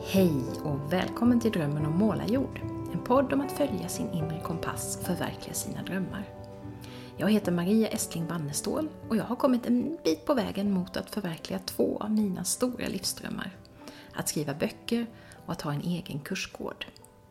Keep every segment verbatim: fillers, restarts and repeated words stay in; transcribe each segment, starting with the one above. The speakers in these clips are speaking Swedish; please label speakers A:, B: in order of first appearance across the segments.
A: Hej och välkommen till Drömmen om målarjord. En podd om att följa sin inre kompass och förverkliga sina drömmar. Jag heter Maria Estling Bannestål och jag har kommit en bit på vägen mot att förverkliga två av mina stora livsdrömmar. Att skriva böcker och att ha en egen kursgård.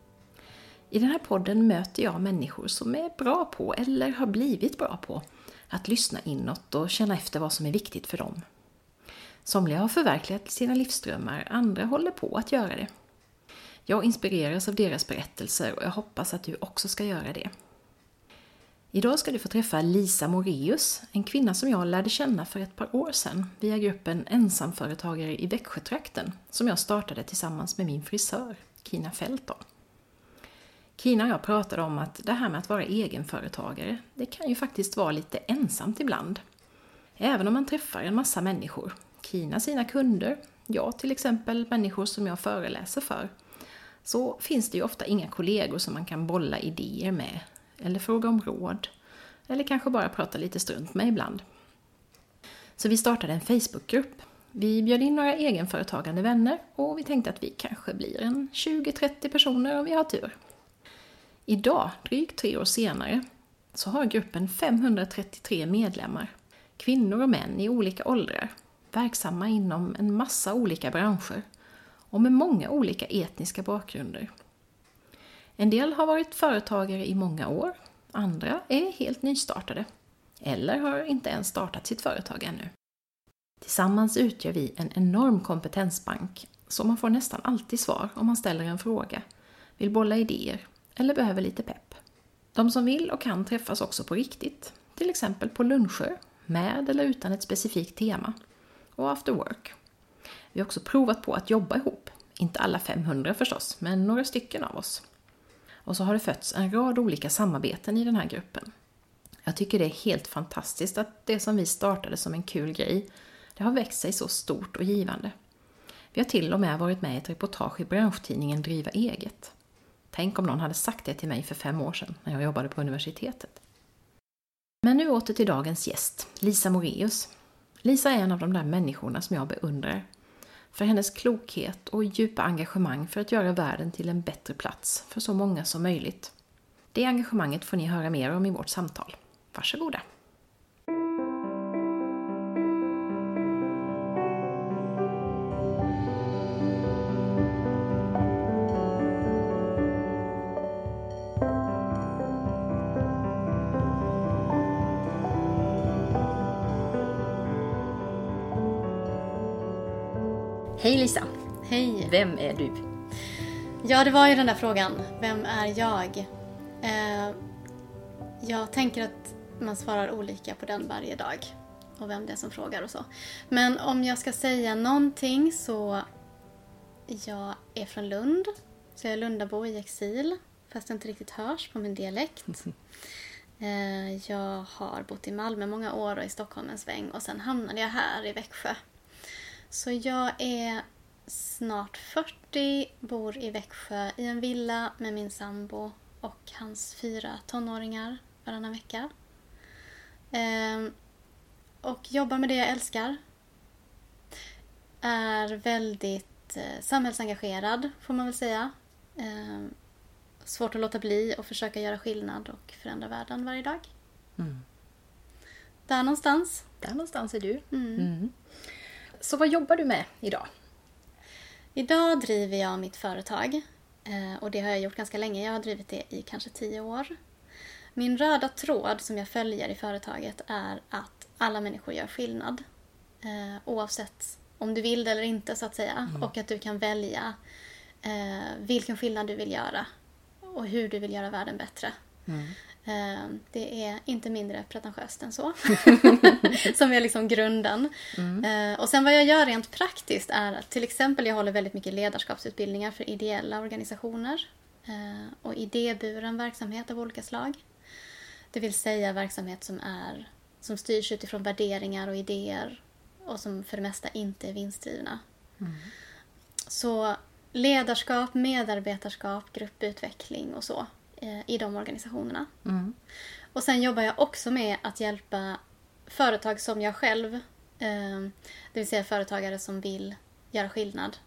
A: I den här podden möter jag människor som är bra på eller har blivit bra på att lyssna inåt och känna efter vad som är viktigt för dem. Somliga har förverkligat sina livsdrömmar, andra håller på att göra det. Jag inspireras av deras berättelser och jag hoppas att du också ska göra det. Idag ska du få träffa Lisa Moraeus, en kvinna som jag lärde känna för ett par år sedan via gruppen ensamföretagare i Växjötrakten som jag startade tillsammans med min frisör, Kina Felton. Kina och jag pratade om att det här med att vara egenföretagare, det kan ju faktiskt vara lite ensamt ibland. Även om man träffar en massa människor. Kina sina kunder, jag till exempel människor som jag föreläser för, så finns det ju ofta inga kollegor som man kan bolla idéer med, eller fråga om råd, eller kanske bara prata lite strunt med ibland. Så vi startade en Facebookgrupp. Vi bjöd in några egenföretagande vänner och vi tänkte att vi kanske blir en tjugo till trettio personer om vi har tur. Idag, drygt tre år senare, så har gruppen femhundratrettiotre medlemmar, kvinnor och män i olika åldrar, verksamma inom en massa olika branscher och med många olika etniska bakgrunder. En del har varit företagare i många år, andra är helt nystartade eller har inte ens startat sitt företag ännu. Tillsammans utgör vi en enorm kompetensbank så man får nästan alltid svar om man ställer en fråga, vill bolla idéer eller behöver lite pepp. De som vill och kan träffas också på riktigt, till exempel på luncher, med eller utan ett specifikt tema, och after work. Vi har också provat på att jobba ihop, inte alla femhundra förstås, men några stycken av oss. Och så har det fötts en rad olika samarbeten i den här gruppen. Jag tycker det är helt fantastiskt att det som vi startade som en kul grej, det har växt sig så stort och givande. Vi har till och med varit med i ett reportage i branschtidningen Driva eget. Tänk om någon hade sagt det till mig för fem år sedan när jag jobbade på universitetet. Men nu åter till dagens gäst, Lisa Moraeus. Lisa är en av de där människorna som jag beundrar. För hennes klokhet och djupa engagemang för att göra världen till en bättre plats för så många som möjligt. Det engagemanget får ni höra mer om i vårt samtal. Varsågoda! Hej Lisa!
B: Hej!
A: Vem är du?
B: Ja, det var ju den där frågan. Vem är jag? Eh, jag tänker att man svarar olika på den varje dag. Och vem det är som frågar och så. Men om jag ska säga någonting så... Jag är från Lund. Så jag är Lundabo i exil. Fast det inte riktigt hörs på min dialekt. Eh, jag har bott i Malmö många år och i Stockholm en sväng. Och sen hamnade jag här i Växjö. Så jag är snart fyrtio, bor i Växjö i en villa med min sambo och hans fyra tonåringar varannan vecka. Ehm, och jobbar med det jag älskar. Är väldigt eh, samhällsengagerad får man väl säga. Ehm, svårt att låta bli och försöka göra skillnad och förändra världen varje dag.
A: Mm.
B: Där någonstans.
A: Där någonstans är du.
B: Mm.
A: Mm. Så vad jobbar du med idag?
B: Idag driver jag mitt företag och det har jag gjort ganska länge. Jag har drivit det i kanske tio år. Min röda tråd som jag följer i företaget är att alla människor gör skillnad. Oavsett om du vill det eller inte så att säga. Mm. Och att du kan välja vilken skillnad du vill göra och hur du vill göra världen bättre. Mm. Det är inte mindre pretentiöst än så. Som är liksom grunden. Mm. Och sen vad jag gör rent praktiskt är att till exempel jag håller väldigt mycket ledarskapsutbildningar för ideella organisationer. Och idéburen verksamhet av olika slag. Det vill säga verksamhet som, är, som styrs utifrån värderingar och idéer. Och som för det mesta inte är vinstdrivna. Mm. Så ledarskap, medarbetarskap, grupputveckling och så. I de organisationerna. Mm. Och sen jobbar jag också med att hjälpa företag som jag själv, det vill säga företagare som vill göra skillnad,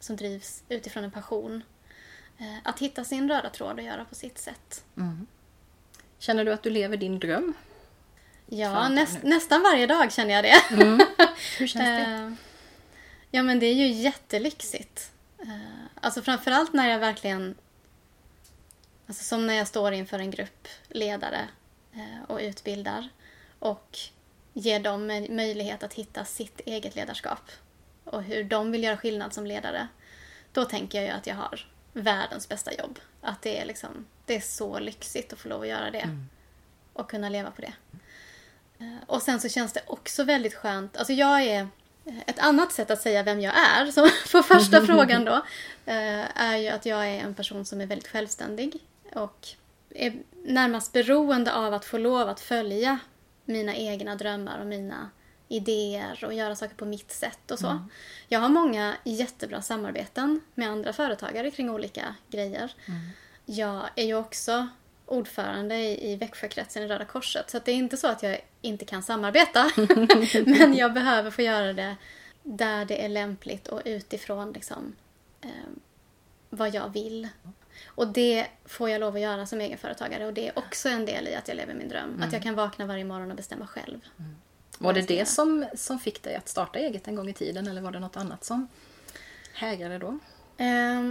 B: som drivs utifrån en passion. Eh, att hitta sin röda tråd och göra på sitt sätt.
A: Mm. Känner du att du lever din dröm?
B: Ja, näst, nästan varje dag känner jag det.
A: Mm. Hur känns det?
B: eh, ja, men det är ju jättelyxigt. Eh, alltså framförallt när jag verkligen... Alltså som när jag står inför en grupp ledare eh, och utbildar. Och ger dem möjlighet att hitta sitt eget ledarskap. Och hur de vill göra skillnad som ledare. Då tänker jag ju att jag har världens bästa jobb. Att det är, liksom, det är så lyxigt att få lov att göra det. Mm. Och kunna leva på det. Och sen så känns det också väldigt skönt. Alltså jag är... Ett annat sätt att säga vem jag är, som på första frågan då, är ju att jag är en person som är väldigt självständig. Och är närmast beroende av att få lov att följa mina egna drömmar och mina idéer och göra saker på mitt sätt och så. Mm. Jag har många jättebra samarbeten med andra företagare kring olika grejer. Mm. Jag är ju också ordförande i, i Växjökretsen i Röda Korset. Så att det är inte så att jag inte kan samarbeta. Men jag behöver få göra det där det är lämpligt och utifrån liksom, eh, vad jag vill. Och det får jag lov att göra som egenföretagare. Och det är också en del i att jag lever min dröm. Mm. Att jag kan vakna varje morgon och bestämma själv.
A: Mm. Var det det som, som fick dig att starta eget en gång i tiden? Eller var det något annat som hägrade då?
B: Eh,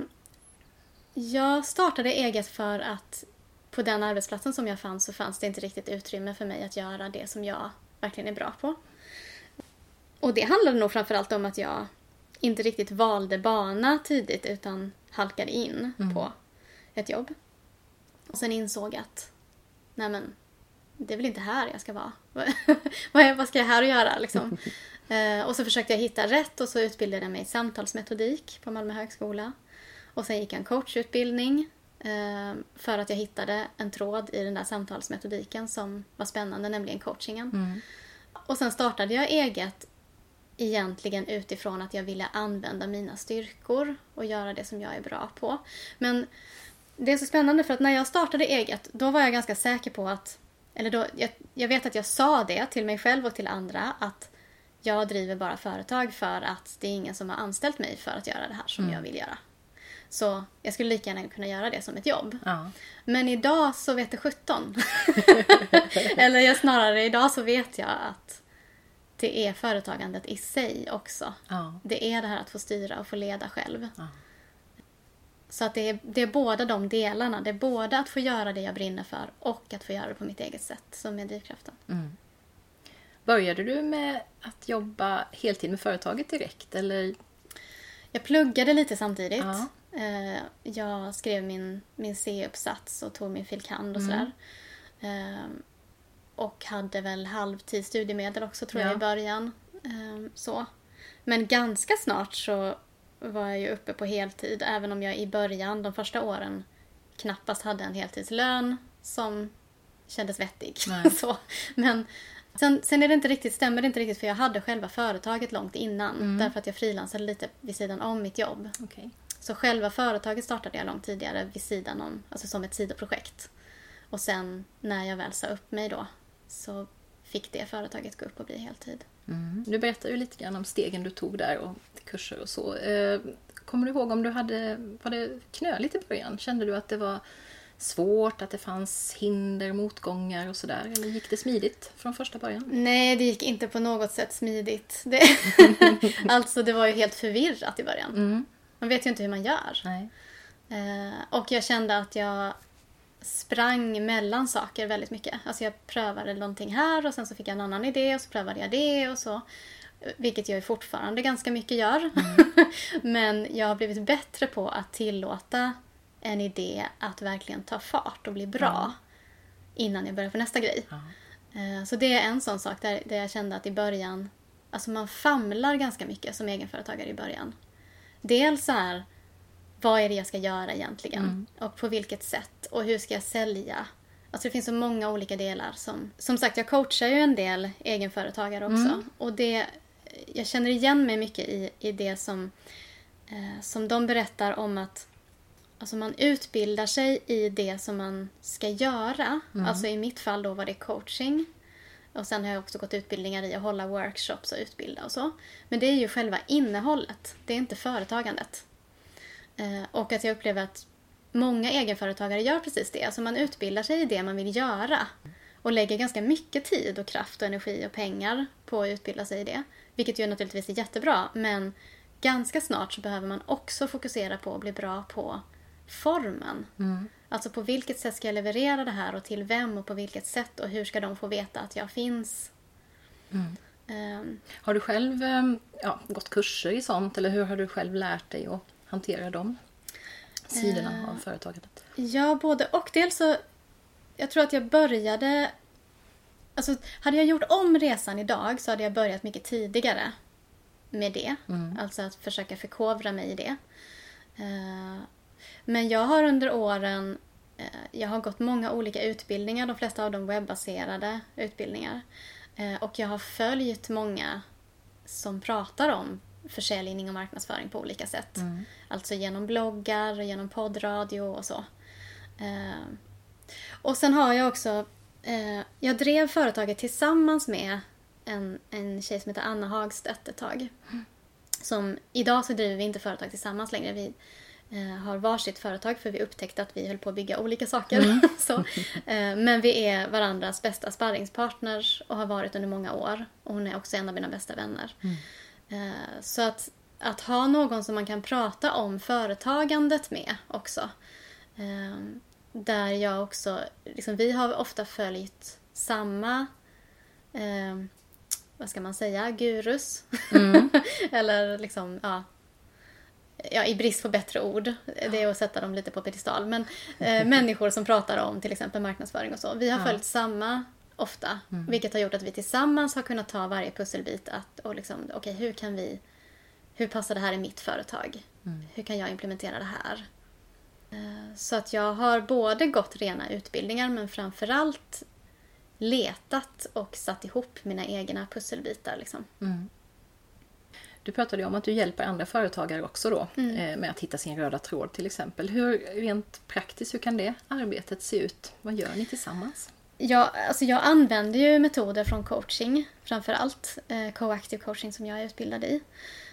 B: jag startade eget för att på den arbetsplatsen som jag fanns så fanns det inte riktigt utrymme för mig att göra det som jag verkligen är bra på. Och det handlade nog framförallt om att jag inte riktigt valde bana tidigt utan halkade in mm. på ett jobb. Och sen insåg att nej men, det är väl inte här jag ska vara. Vad ska jag här och göra liksom? eh, och så försökte jag hitta rätt och så utbildade jag mig i samtalsmetodik på Malmö högskola. Och sen gick jag en coachutbildning. För att jag hittade en tråd i den där samtalsmetodiken som var spännande, nämligen coachingen. Mm. Och sen startade jag eget egentligen utifrån att jag ville använda mina styrkor och göra det som jag är bra på. Men det är så spännande för att när jag startade eget, då var jag ganska säker på att, eller då, jag, jag vet att jag sa det till mig själv och till andra, att jag driver bara företag för att det är ingen som har anställt mig för att göra det här som mm. jag vill göra. Så jag skulle lika gärna kunna göra det som ett jobb. Ja. Men idag så vet jag sjutton. Eller jag snarare idag så vet jag att det är företagandet i sig också. Ja. Det är det här att få styra och få leda själv. Ja. Så att det är, det är båda de delarna. Det är både att få göra det jag brinner för och att få göra det på mitt eget sätt som är drivkraften. Mm.
A: Började du med att jobba heltid med företaget direkt? Eller?
B: Jag pluggade lite samtidigt. Ja. Jag skrev min, min C-uppsats och tog min filkand och sådär. Mm. Och hade väl halvtid studiemedel också tror ja. jag i början. Så. Men ganska snart så var jag ju uppe på heltid. Även om jag i början, de första åren, knappast hade en heltidslön som kändes vettig. Så. Men sen, sen är det inte riktigt, stämmer det inte riktigt för jag hade själva företaget långt innan. Mm. Därför att jag frilansade lite vid sidan om mitt jobb.
A: Okay.
B: Så själva företaget startade jag långt tidigare vid sidan om, alltså som ett sidoprojekt. Och sen när jag väl sa upp mig då så fick det företaget gå upp och bli heltid.
A: Mm. Du berättade ju lite grann om stegen du tog där och kurser och så. Kommer du ihåg om du hade, var det knöligt i början? Kände du att det var svårt, att det fanns hinder, motgångar och sådär? Eller gick det smidigt från första början?
B: Nej, det gick inte på något sätt smidigt. Det, alltså det var ju helt förvirrat i början. Mm. Man vet ju inte hur man gör.
A: Nej.
B: Eh, och jag kände att jag sprang mellan saker väldigt mycket. Alltså jag prövade någonting här och sen så fick jag en annan idé och så prövade jag det och så. Vilket jag fortfarande ganska mycket gör. Mm. Men jag har blivit bättre på att tillåta en idé att verkligen ta fart och bli bra mm. innan jag börjar på nästa grej. Mm. Eh, så det är en sån sak där, där jag kände att i början, alltså man famlar ganska mycket som egenföretagare i början. Dels så här, vad är det jag ska göra egentligen? Mm. Och på vilket sätt? Och hur ska jag sälja? Alltså det finns så många olika delar. Som, som sagt, jag coachar ju en del egenföretagare också. Mm. Och det, jag känner igen mig mycket i, i det som, eh, som de berättar om att alltså man utbildar sig i det som man ska göra. Mm. Alltså i mitt fall då var det coaching. Och sen har jag också gått utbildningar i att hålla workshops och utbilda och så. Men det är ju själva innehållet. Det är inte företagandet. Eh, och att jag upplever att många egenföretagare gör precis det. Alltså man utbildar sig i det man vill göra. Och lägger ganska mycket tid och kraft och energi och pengar på att utbilda sig i det. Vilket ju naturligtvis är jättebra. Men ganska snart så behöver man också fokusera på att bli bra på formen. Mm. Alltså på vilket sätt ska jag leverera det här och till vem och på vilket sätt. Och hur ska de få veta att jag finns.
A: Mm. Um, har du själv ja, gått kurser i sånt? Eller hur har du själv lärt dig att hantera de sidorna uh, av företaget?
B: Ja, både och. Dels så jag tror att jag började... Alltså, hade jag gjort om resan idag så hade jag börjat mycket tidigare med det. Mm. Alltså att försöka förkovra mig i det. Uh, men jag har under åren... Uh, jag har gått många olika utbildningar. De flesta av dem webbaserade utbildningar. Uh, och jag har följt många som pratar om försäljning och marknadsföring på olika sätt. Mm. Alltså genom bloggar, genom poddradio och så. Uh, Och sen har jag också... Eh, jag drev företaget tillsammans med en, en tjej som heter Anna Hagstedt ett tag. Mm. Som, idag så driver vi inte företag tillsammans längre. Vi eh, har varsitt företag för vi upptäckte att vi höll på att bygga olika saker. Mm. så, eh, men vi är varandras bästa sparringspartners och har varit under många år. Och hon är också en av mina bästa vänner. Mm. Eh, så att, att ha någon som man kan prata om företagandet med också... Eh, Där jag också, liksom, vi har ofta följt samma, eh, vad ska man säga, gurus. Mm. Eller liksom, ja, ja, i brist på bättre ord. Det är att sätta dem lite på pedestal. Men eh, människor som pratar om till exempel marknadsföring och så. Vi har ja. följt samma ofta. Mm. Vilket har gjort att vi tillsammans har kunnat ta varje pusselbit. Att, och liksom, okej, okay, hur kan vi, hur passar det här i mitt företag? Mm. Hur kan jag implementera det här? Så att jag har både gått rena utbildningar men framförallt letat och satt ihop mina egna pusselbitar. Liksom. Mm.
A: Du pratade ju om att du hjälper andra företagare också då mm. med att hitta sin röda tråd till exempel. Hur rent praktiskt, hur kan det arbetet se ut? Vad gör ni tillsammans?
B: Ja, alltså jag använder ju metoder från coaching framförallt. Eh, co-active coaching som jag är utbildad i.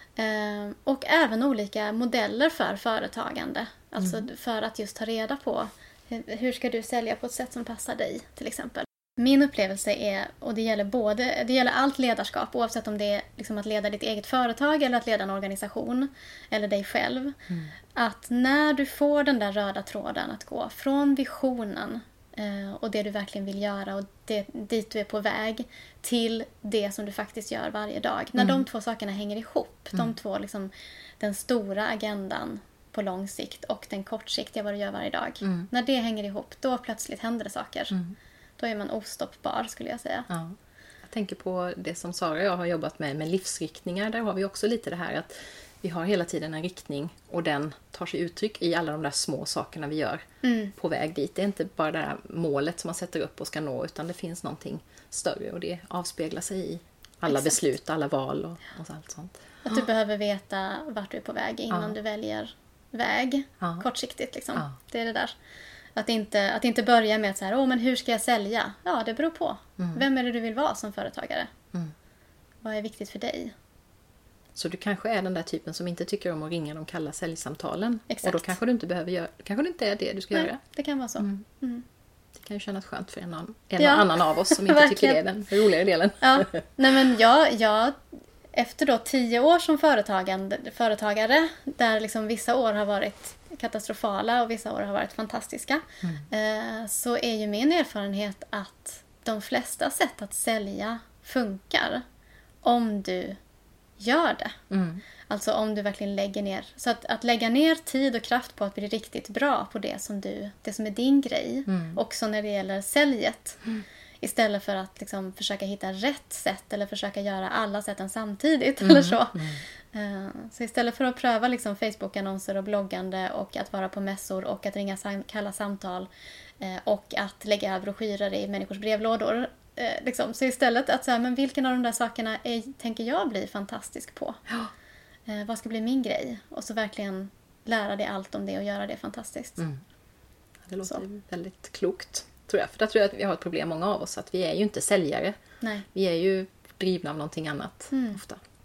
B: Eh, och även olika modeller för företagande. Alltså mm. för att just ta reda på hur ska du sälja på ett sätt som passar dig till exempel. Min upplevelse är, och det gäller både det gäller allt ledarskap oavsett om det är liksom att leda ditt eget företag eller att leda en organisation eller dig själv. Mm. Att när du får den där röda tråden att gå från visionen eh, och det du verkligen vill göra och det, dit du är på väg till det som du faktiskt gör varje dag. När mm. de två sakerna hänger ihop, mm. de två liksom, den stora agendan på lång sikt och den kortsiktiga vad du gör varje dag. Mm. När det hänger ihop, då plötsligt händer det saker. Mm. Då är man ostoppbar skulle jag säga.
A: Ja. Jag tänker på det som Sara och jag har jobbat med med livsriktningar. Där har vi också lite det här att vi har hela tiden en riktning och den tar sig uttryck i alla de där små sakerna vi gör mm. på väg dit. Det är inte bara det här målet som man sätter upp och ska nå utan det finns någonting större och det avspeglar sig i alla Exakt. beslut, alla val och, och allt sånt.
B: Att du ja. behöver veta vart du är på väg innan ja. du väljer väg ja. kortsiktigt liksom. Ja. Det är det där. Att inte, att inte börja med att så här, åh men hur ska jag sälja? Ja, det beror på. Mm. Vem är det du vill vara som företagare? Mm. Vad är viktigt för dig?
A: Så du kanske är den där typen som inte tycker om att ringa de kalla säljsamtalen.
B: Exakt.
A: Och då kanske du inte behöver göra, kanske det inte är det du ska
B: Nej,
A: göra.
B: Det kan vara så. Mm. Mm.
A: Det kan ju kännas skönt för en, an, en ja. annan av oss som inte tycker det är den roligare delen.
B: Ja. Nej men jag, jag efter då tio år som företagare där liksom vissa år har varit katastrofala och vissa år har varit fantastiska mm. så är ju min erfarenhet att de flesta sätt att sälja funkar om du gör det. Mm. Alltså om du verkligen lägger ner. Så att, att lägga ner tid och kraft på att bli riktigt bra på det som, du, det som är din grej. Mm. Också när det gäller säljet. Mm. Istället för att liksom försöka hitta rätt sätt eller försöka göra alla sätten samtidigt. Mm. Eller så. Mm. Så istället för att pröva liksom Facebook-annonser och bloggande och att vara på mässor och att ringa sam- kalla samtal och att lägga broschyrer i människors brevlådor. Liksom. Så istället att säga, men vilken av de där sakerna är, tänker jag bli fantastisk på? Ja. Vad ska bli min grej? Och så verkligen lära dig allt om det och göra det fantastiskt. Mm.
A: Det låter så. Väldigt klokt. Tror jag. För där tror jag att vi har ett problem, många av oss, att vi är ju inte säljare.
B: Nej.
A: Vi är ju drivna av någonting annat mm. ofta.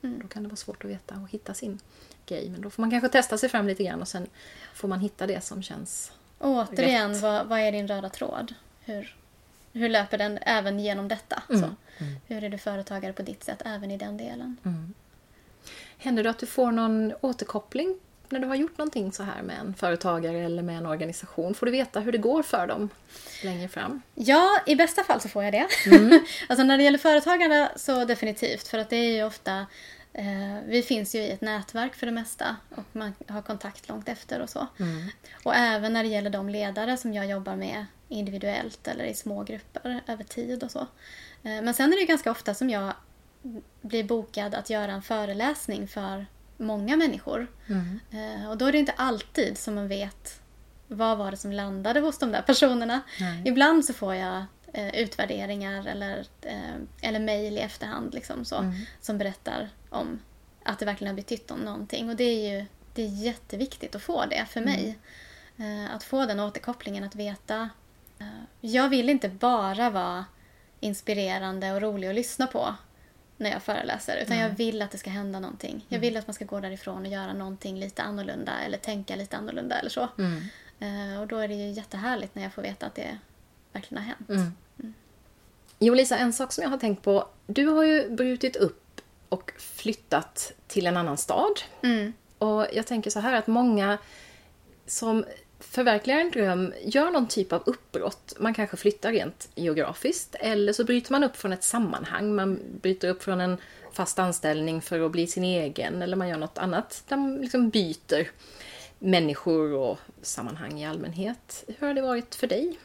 A: Mm. Då kan det vara svårt att veta och hitta sin grej. Men då får man kanske testa sig fram lite grann och sen får man hitta det som känns
B: återigen,
A: rätt.
B: Vad, vad är din röda tråd? Hur, hur löper den även genom detta?
A: Mm.
B: Så?
A: Mm.
B: Hur är du företagare på ditt sätt även i den delen?
A: Mm. Händer det att du får någon återkoppling när du har gjort någonting så här med en företagare eller med en organisation? Får du veta hur det går för dem längre fram?
B: Ja, i bästa fall så får jag det.
A: Mm.
B: Alltså när det gäller företagare så definitivt. För att det är ju ofta, eh, vi finns ju i ett nätverk för det mesta. Och man har kontakt långt efter och så.
A: Mm.
B: Och även när det gäller de ledare som jag jobbar med individuellt eller i små grupper över tid och så. Eh, men sen är det ju ganska ofta som jag blir bokad att göra en föreläsning för många människor.
A: Mm.
B: Eh, och då är det inte alltid som man vet vad var det som landade hos de där personerna.
A: Nej.
B: Ibland så får jag eh, utvärderingar eller, eh, eller mejl i efterhand liksom, så,
A: Mm.
B: som berättar om att det verkligen har betytt om någonting. Och det är ju det är jätteviktigt att få det för mig. Eh, att få den återkopplingen, att veta. Eh, jag vill inte bara vara inspirerande och rolig att lyssna på när jag föreläser. Utan
A: Mm.
B: jag vill att det ska hända någonting. Jag vill att man ska gå därifrån och göra någonting lite annorlunda. Eller tänka lite annorlunda eller så.
A: Mm.
B: Eh, och då är det ju jättehärligt när jag får veta att det verkligen har hänt.
A: Mm. Mm. Jo, Lisa, en sak som jag har tänkt på. Du har ju brutit upp och flyttat till en annan stad.
B: Mm.
A: Och jag tänker så här att många som förverkligar en dröm gör någon typ av uppbrott. Man kanske flyttar rent geografiskt. Eller så bryter man upp från ett sammanhang. Man bryter upp från en fast anställning för att bli sin egen. Eller man gör något annat där man liksom byter människor och sammanhang i allmänhet. Hur har det varit för dig?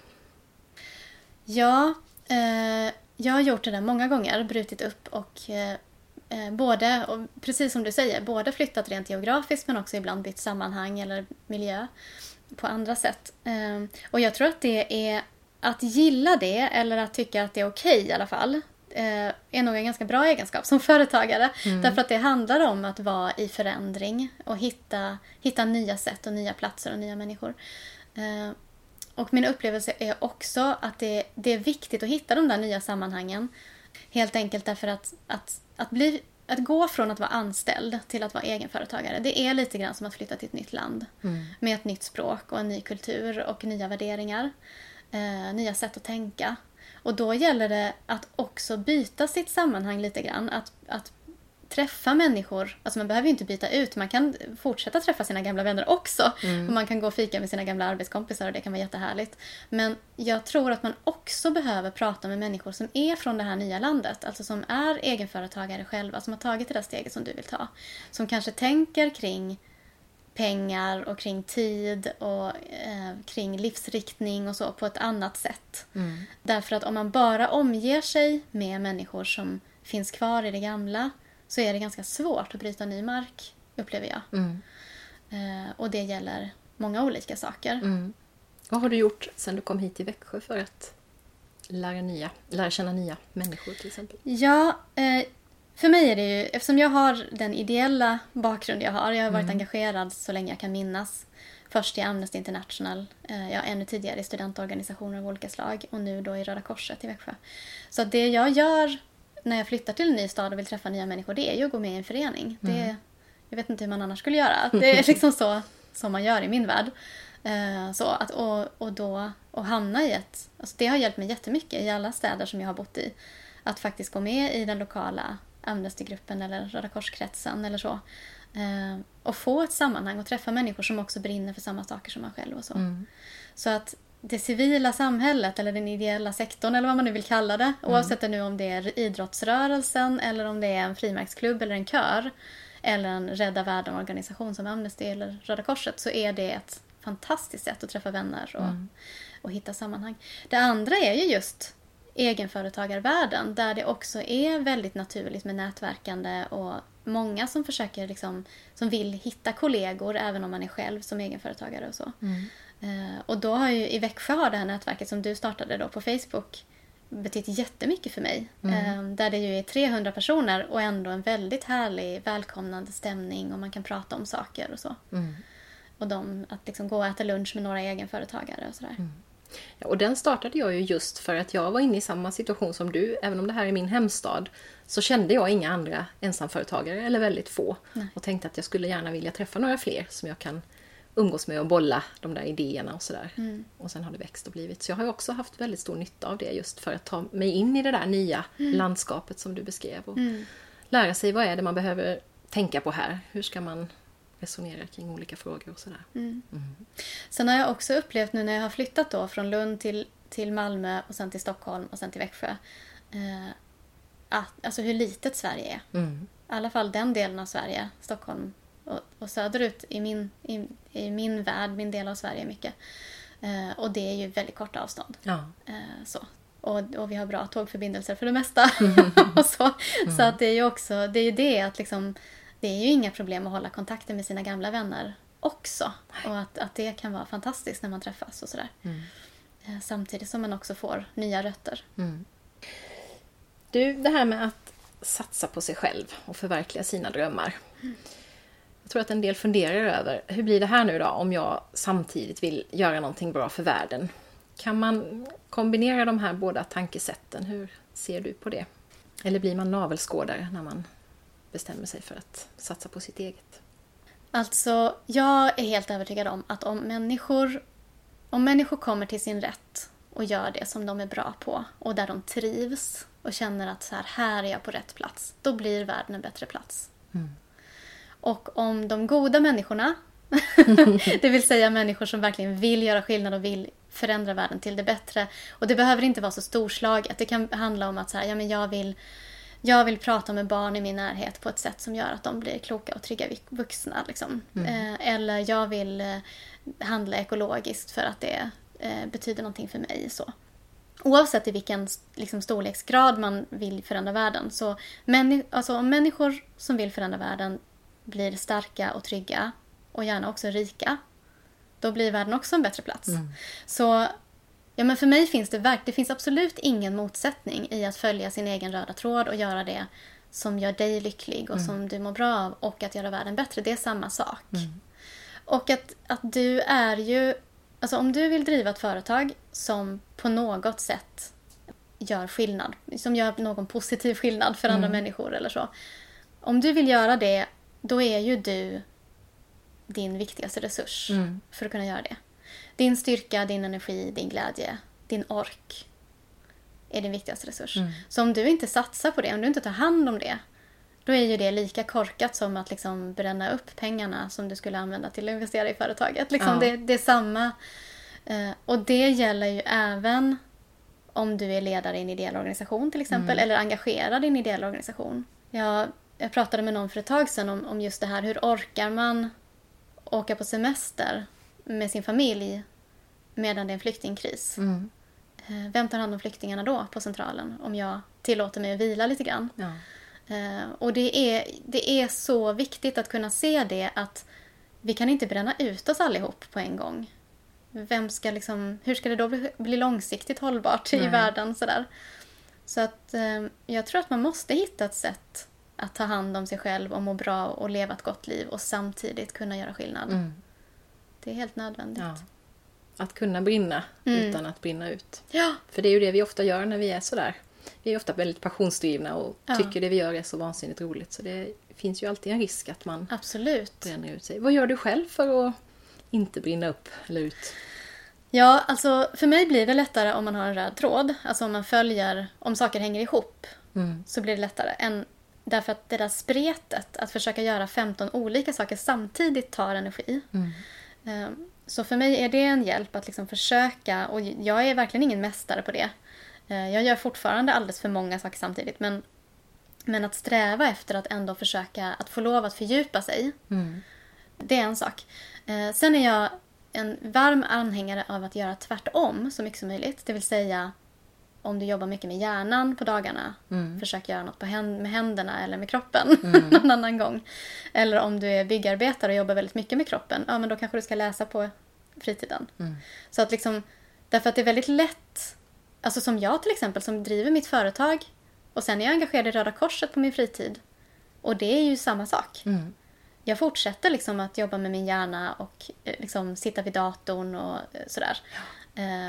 B: Ja, eh, jag har gjort det där många gånger. Brutit upp och eh, både, och precis som du säger, både flyttat rent geografiskt men också ibland bytt sammanhang eller miljö på andra sätt. Eh, och jag tror att det är att gilla det eller att tycka att det är okej i alla fall eh, är nog en ganska bra egenskap som företagare. Mm. Därför att det handlar om att vara i förändring och hitta, hitta nya sätt och nya platser och nya människor. Eh, och min upplevelse är också att det, det är viktigt att hitta de där nya sammanhangen. Helt enkelt därför att, att, att, bli, att gå från att vara anställd till att vara egenföretagare. Det är lite grann som att flytta till ett nytt land. Mm. Med ett nytt språk och en ny kultur och nya värderingar. Eh, nya sätt att tänka. Och då gäller det att också byta sitt sammanhang lite grann. Att, att träffa människor. Alltså man behöver ju inte byta ut. Man kan fortsätta träffa sina gamla vänner också. Mm. Och man kan gå och fika med sina gamla arbetskompisar och det kan vara jättehärligt. Men jag tror att man också behöver prata med människor som är från det här nya landet. Alltså som är egenföretagare själva. Som har tagit det där steget som du vill ta. Som kanske tänker kring pengar och kring tid och eh, kring livsriktning och så på ett annat sätt. Mm. Därför att om man bara omger sig med människor som finns kvar i det gamla så är det ganska svårt att bryta ny mark, upplever jag. Mm. Eh, och det gäller många olika saker. Mm.
A: Vad har du gjort sen du kom hit till Växjö för att lära, nya, lära känna nya människor till exempel?
B: Ja, eh, för mig är det ju, eftersom jag har den ideella bakgrund jag har, jag har varit mm. engagerad så länge jag kan minnas. Först i Amnesty International, eh, jag ännu tidigare i studentorganisationer av olika slag och nu då i Röda Korset i Växjö. Så det jag gör när jag flyttar till en ny stad och vill träffa nya människor, det är ju att gå med i en förening. Mm. Det, jag vet inte hur man annars skulle göra. Det är liksom så som man gör i min värld. Uh, så att, och, och då och hamna i ett... Alltså det har hjälpt mig jättemycket i alla städer som jag har bott i. Att faktiskt gå med i den lokala Amnesty-gruppen eller Röda Korskretsen eller så. Uh, och få ett sammanhang och träffa människor som också brinner för samma saker som man själv och så. Mm. Så att det civila samhället eller den ideella sektorn eller vad man nu vill kalla det. Mm. Oavsett nu om det är idrottsrörelsen eller om det är en frimärksklubb eller en kör. Eller en Rädda Världen-organisation som Amnesty eller Röda Korset. Så är det ett fantastiskt sätt att träffa vänner och, mm. och hitta sammanhang. Det andra är ju just egenföretagarvärlden. Där det också är väldigt naturligt med nätverkande och många som försöker liksom, som vill hitta kollegor även om man är själv som egenföretagare och så. Mm. Uh, och då har ju i Växjö har det här nätverket som du startade då på Facebook betytt jättemycket för mig. Mm. Uh, där det ju är trehundra personer och ändå en väldigt härlig välkomnande stämning och man kan prata om saker och så. Mm. Och de, att liksom gå och äta lunch med några egenföretagare och sådär. Mm.
A: Ja, och den startade jag ju just för att jag var inne i samma situation som du. Även om det här är min hemstad så kände jag inga andra ensamföretagare, eller väldigt få.
B: Nej.
A: Och tänkte att jag skulle gärna vilja träffa några fler som jag kan umgås med och bolla de där idéerna och sådär.
B: Mm.
A: Och sen har det växt och blivit. Så jag har ju också haft väldigt stor nytta av det just för att ta mig in i det där nya
B: Mm.
A: landskapet som du beskrev. Och
B: Mm.
A: lära sig vad är det man behöver tänka på här. Hur ska man resonera kring olika frågor och sådär.
B: Mm.
A: Mm.
B: Sen har jag också upplevt nu när jag har flyttat då från Lund till, till Malmö och sen till Stockholm och sen till Växjö. Eh, att, alltså hur litet Sverige är.
A: Mm.
B: I alla fall den delen av Sverige, Stockholm och, och söderut i min, i, i min värld, min del av Sverige mycket. Eh, och det är ju väldigt korta avstånd.
A: Ja.
B: Eh, så. Och, och vi har bra tågförbindelser för det mesta. och så
A: Mm.
B: så att det är ju också det, är ju det att liksom, det är ju inga problem att hålla kontakten med sina gamla vänner också. Och att, att det kan vara fantastiskt när man träffas och sådär.
A: Mm.
B: Eh, samtidigt som man också får nya rötter.
A: Mm. Du, det här med att satsa på sig själv och förverkliga sina drömmar.
B: Mm.
A: Jag tror att en del funderar över, hur blir det här nu då om jag samtidigt vill göra någonting bra för världen? Kan man kombinera de här båda tankesätten? Hur ser du på det? Eller blir man navelskådare när man bestämmer sig för att satsa på sitt eget?
B: Alltså, jag är helt övertygad om att om människor, om människor kommer till sin rätt och gör det som de är bra på och där de trivs och känner att så här, här är jag på rätt plats, då blir världen en bättre plats.
A: Mm.
B: Och om de goda människorna, det vill säga människor som verkligen vill göra skillnad och vill förändra världen till det bättre. Och det behöver inte vara så storslaget. Det kan handla om att så här, ja, men jag, vill, jag vill prata med barn i min närhet på ett sätt som gör att de blir kloka och trygga vuxna. Liksom.
A: Mm.
B: Eh, eller jag vill eh, handla ekologiskt för att det eh, betyder någonting för mig. Så. Oavsett i vilken liksom, storleksgrad man vill förändra världen. Så männi- alltså, om människor som vill förändra världen blir starka och trygga och gärna också rika, då blir världen också en bättre plats.
A: Mm.
B: Så ja, men för mig finns det verk- det finns absolut ingen motsättning i att följa sin egen röda tråd och göra det som gör dig lycklig och
A: Mm.
B: som du mår bra av, och att göra världen bättre. Det är samma sak.
A: Mm.
B: Och att, att du är ju, alltså om du vill driva ett företag som på något sätt gör skillnad, som gör någon positiv skillnad för andra
A: Mm.
B: människor eller så. Om du vill göra det, då är ju du din viktigaste resurs
A: Mm.
B: för att kunna göra det. Din styrka, din energi, din glädje, din ork är din viktigaste resurs.
A: Mm.
B: Så om du inte satsar på det, om du inte tar hand om det, då är ju det lika korkat som att liksom bränna upp pengarna som du skulle använda till att investera i företaget. Liksom
A: Ja.
B: det, det är samma. Eh, och det gäller ju även om du är ledare i en ideell organisation till exempel,
A: Mm.
B: eller engagerad i en ideell organisation. Jag, jag pratade med någon för ett tag sedan om, om just det här, hur orkar man åka på semester med sin familj medan det är en flyktingkris.
A: Mm.
B: Eh, Vem tar hand om flyktingarna då på centralen om jag tillåter mig att vila lite grann?
A: Ja.
B: Eh, Och det är, det är så viktigt att kunna se det, att vi kan inte bränna ut oss allihop på en gång. Vem ska liksom, hur ska det då bli, bli långsiktigt hållbart i
A: Nej.
B: världen? Sådär. Så att eh, jag tror att man måste hitta ett sätt att ta hand om sig själv och må bra och leva ett gott liv och samtidigt kunna göra skillnad.
A: Mm.
B: Det är helt nödvändigt.
A: Ja. Att kunna brinna
B: Mm.
A: utan att brinna ut.
B: Ja.
A: För det är ju det vi ofta gör när vi är sådär. Vi är ofta väldigt passionsdrivna och
B: Ja.
A: tycker det vi gör är så vansinnigt roligt. Så det finns ju alltid en risk att man
B: Absolut.
A: bränner ut sig. Vad gör du själv för att inte brinna upp eller ut?
B: Ja, alltså för mig blir det lättare om man har en röd tråd. Alltså om man följer, om saker hänger ihop,
A: Mm.
B: så blir det lättare. Än, därför att det där spretet, att försöka göra femton olika saker samtidigt, tar energi.
A: Mm.
B: Ehm, Så för mig är det en hjälp att liksom försöka, och jag är verkligen ingen mästare på det. Ehm, Jag gör fortfarande alldeles för många saker samtidigt, men, men att sträva efter att ändå försöka att få lov att fördjupa sig,
A: Mm.
B: det är en sak. Ehm, Sen är jag en varm anhängare av att göra tvärtom så mycket som möjligt. Det vill säga, om du jobbar mycket med hjärnan på dagarna,
A: Mm.
B: försök göra något på hän- med händerna eller med kroppen
A: Mm.
B: någon annan gång. Eller om du är byggarbetare och jobbar väldigt mycket med kroppen, ja men då kanske du ska läsa på fritiden.
A: Mm.
B: Så att liksom, därför att det är väldigt lätt, alltså som jag till exempel som driver mitt företag och sen är jag engagerad i Röda Korset på min fritid. Och det är ju samma sak.
A: Mm.
B: Jag fortsätter liksom att jobba med min hjärna och eh, liksom sitta vid datorn och eh, sådär. Eh,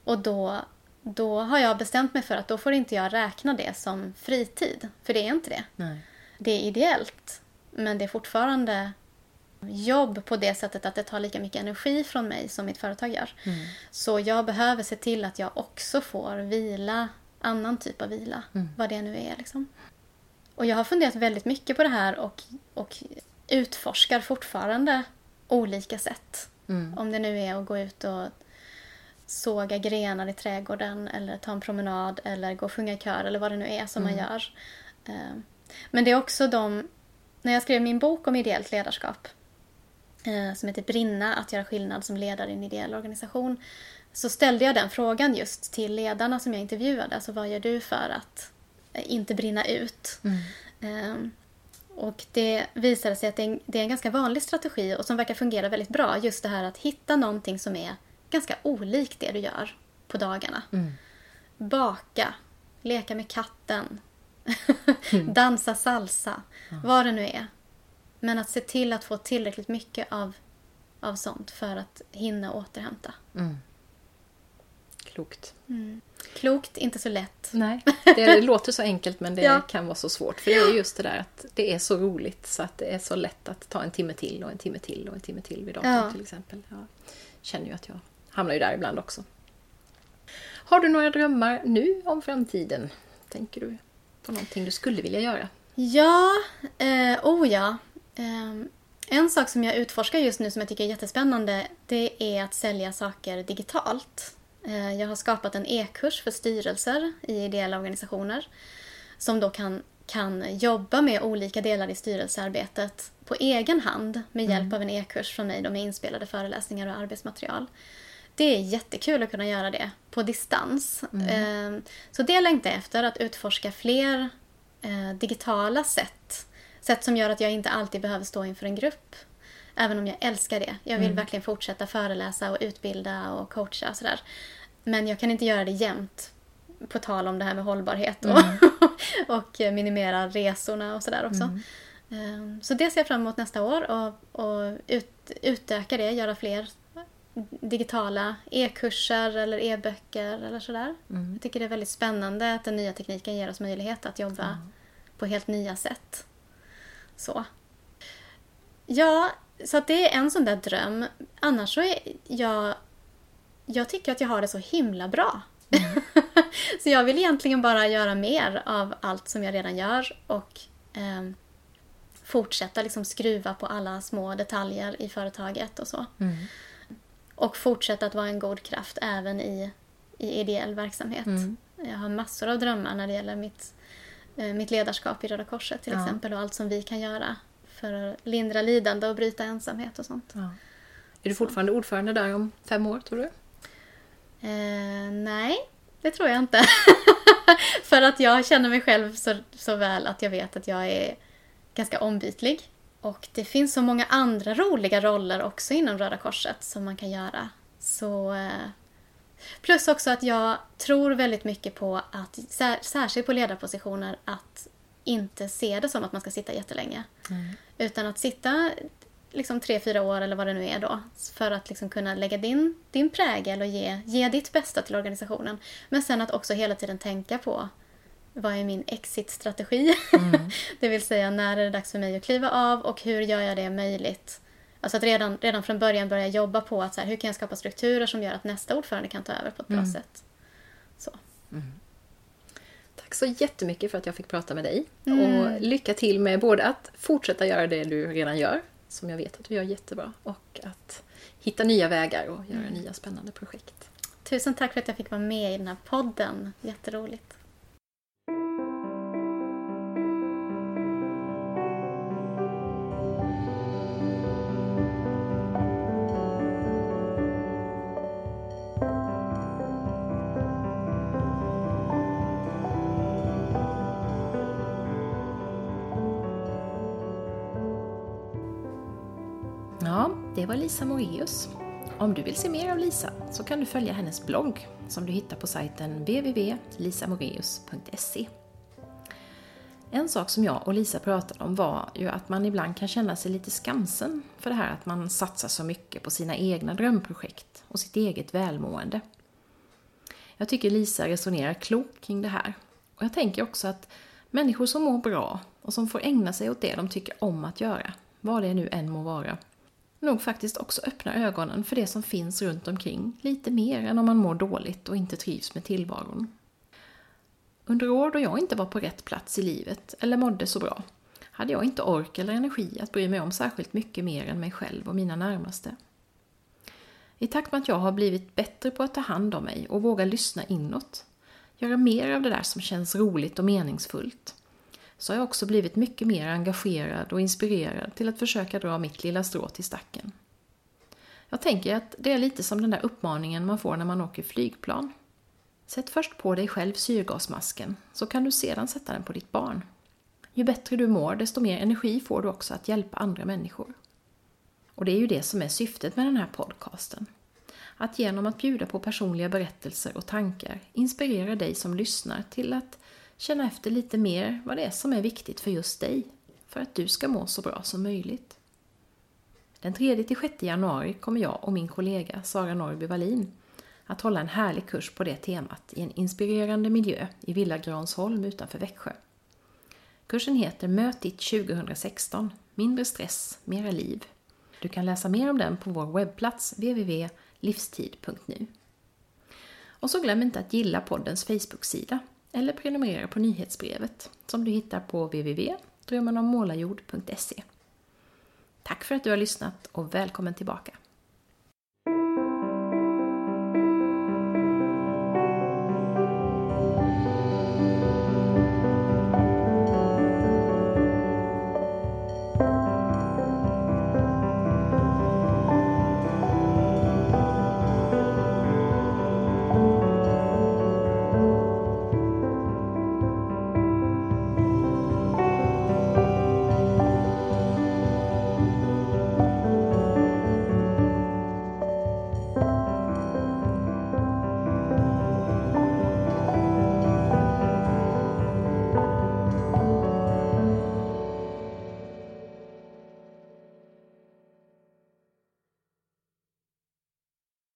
B: Och då, då har jag bestämt mig för att då får inte jag räkna det som fritid. För det är inte det.
A: Nej.
B: Det är ideellt. Men det är fortfarande jobb på det sättet att det tar lika mycket energi från mig som mitt företag gör.
A: Mm.
B: Så jag behöver se till att jag också får vila, annan typ av vila.
A: Mm.
B: Vad det nu är liksom. Och jag har funderat väldigt mycket på det här och, och utforskar fortfarande olika sätt.
A: Mm.
B: Om det nu är att gå ut och såga grenar i trädgården eller ta en promenad eller gå och sjunga i kör eller vad det nu är som
A: Mm.
B: man gör. Men det är också de... När jag skrev min bok om ideellt ledarskap som heter Brinna, att göra skillnad som ledare i en ideell organisation, så ställde jag den frågan just till ledarna som jag intervjuade. Alltså vad gör du för att inte brinna ut? Mm. Och det visade sig att det är, en, det är en ganska vanlig strategi och som verkar fungera väldigt bra. Just det här att hitta någonting som är ganska olikt det du gör på dagarna. Mm. Baka, leka med katten, mm. dansa salsa, ja. Vad det nu är. Men att se till att få tillräckligt mycket av, av sånt för att hinna återhämta.
A: Mm. Klokt.
B: Mm. Klokt, inte så lätt.
A: Nej, det låter så enkelt men det ja. kan vara så svårt. För det är just det där att det är så roligt så att det är så lätt att ta en timme till och en timme till och en timme till vid datorn ja. till exempel. Jag känner ju att jag hamnar ju där ibland också. Har du några drömmar nu om framtiden? Tänker du på någonting du skulle vilja göra?
B: Ja, eh, oh ja. Eh, en sak som jag utforskar just nu som jag tycker är jättespännande, det är att sälja saker digitalt. Eh, jag har skapat en e-kurs för styrelser i ideella organisationer som då kan, kan jobba med olika delar i styrelsearbetet på egen hand med hjälp mm. av en e-kurs från mig då med inspelade föreläsningar och arbetsmaterial. Det är jättekul att kunna göra det på distans. Mm. Eh, så det längtar jag efter, att utforska fler eh, digitala sätt. Sätt som gör att jag inte alltid behöver stå inför en grupp. Även om jag älskar det. Jag vill mm. verkligen fortsätta föreläsa och utbilda och coacha och sådär. Men jag kan inte göra det jämt. På tal om det här med hållbarhet och, mm. och minimera resorna och sådär också. Mm. Så det ser jag fram emot nästa år. Och, och ut, utöka det, göra fler digitala e-kurser eller e-böcker eller sådär. Mm. Jag tycker det är väldigt spännande att den nya tekniken ger oss möjlighet att jobba mm. på helt nya sätt. Så. Ja, så att det är en sån där dröm. Annars så är jag... Jag tycker att jag har det så himla bra. Mm. Så jag vill egentligen bara göra mer av allt som jag redan gör. Och eh, fortsätta liksom skruva på alla små detaljer i företaget och så. Mm. Och fortsätta att vara en god kraft även i, i ideell verksamhet. Mm. Jag har massor av drömmar när det gäller mitt, eh, mitt ledarskap i Röda Korset till ja. exempel. Och allt som vi kan göra för att lindra lidande och bryta ensamhet och sånt. Ja.
A: Är du fortfarande så. ordförande där om fem år, tror du?
B: Eh, nej, det tror jag inte. För att jag känner mig själv så, så väl att jag vet att jag är ganska ombytlig. Och det finns så många andra roliga roller också inom Röda Korset som man kan göra. Så, eh, plus också att jag tror väldigt mycket på att, sär, särskilt på ledarpositioner, att inte se det som att man ska sitta jättelänge. Mm. Utan att sitta liksom tre, fyra år eller vad det nu är då. För att liksom kunna lägga din, din prägel och ge, ge ditt bästa till organisationen. Men sen att också hela tiden tänka på vad är min exit-strategi? Mm. Det vill säga när är det dags för mig att kliva av och hur gör jag det möjligt? Alltså att redan, redan från början börja jobba på att så här, hur kan jag skapa strukturer som gör att nästa ordförande kan ta över på ett bra mm. sätt. Så.
A: Mm. Tack så jättemycket för att jag fick prata med dig.
B: Mm.
A: Och lycka till med både att fortsätta göra det du redan gör, som jag vet att du gör jättebra, och att hitta nya vägar och göra mm. nya spännande projekt.
B: Tusen tack för att jag fick vara med i den här podden. Jätteroligt.
A: Ja, det var Lisa Moraeus. Om du vill se mer av Lisa så kan du följa hennes blogg som du hittar på sajten w w w punkt lisa moraeus punkt se. En sak som jag och Lisa pratade om var ju att man ibland kan känna sig lite skamsen för det här att man satsar så mycket på sina egna drömprojekt och sitt eget välmående. Jag tycker Lisa resonerar klokt kring det här. Och jag tänker också att människor som mår bra och som får ägna sig åt det de tycker om att göra, vad det nu än må vara, nog faktiskt också öppnar ögonen för det som finns runt omkring lite mer än om man mår dåligt och inte trivs med tillvaron. Under år då jag inte var på rätt plats i livet eller mådde så bra, hade jag inte ork eller energi att bry mig om särskilt mycket mer än mig själv och mina närmaste. I takt med att jag har blivit bättre på att ta hand om mig och våga lyssna inåt, göra mer av det där som känns roligt och meningsfullt, så har jag också blivit mycket mer engagerad och inspirerad till att försöka dra mitt lilla strå till stacken. Jag tänker att det är lite som den där uppmaningen man får när man åker flygplan. Sätt först på dig själv syrgasmasken, så kan du sedan sätta den på ditt barn. Ju bättre du mår, desto mer energi får du också att hjälpa andra människor. Och det är ju det som är syftet med den här podcasten. Att genom att bjuda på personliga berättelser och tankar inspirera dig som lyssnar till att känna efter lite mer vad det är som är viktigt för just dig, för att du ska må så bra som möjligt. Den tredje till sjätte januari kommer jag och min kollega Sara Norrby Wallin att hålla en härlig kurs på det temat i en inspirerande miljö i Villa Gransholm utanför Växjö. Kursen heter Möt ditt tjugohundrasexton, mindre stress, mera liv. Du kan läsa mer om den på vår webbplats w w w punkt livstid punkt nu. Och så glöm inte att gilla poddens Facebook-sida eller prenumerera på nyhetsbrevet som du hittar på w w w punkt drömmen om målarjord punkt se. Tack för att du har lyssnat och välkommen tillbaka.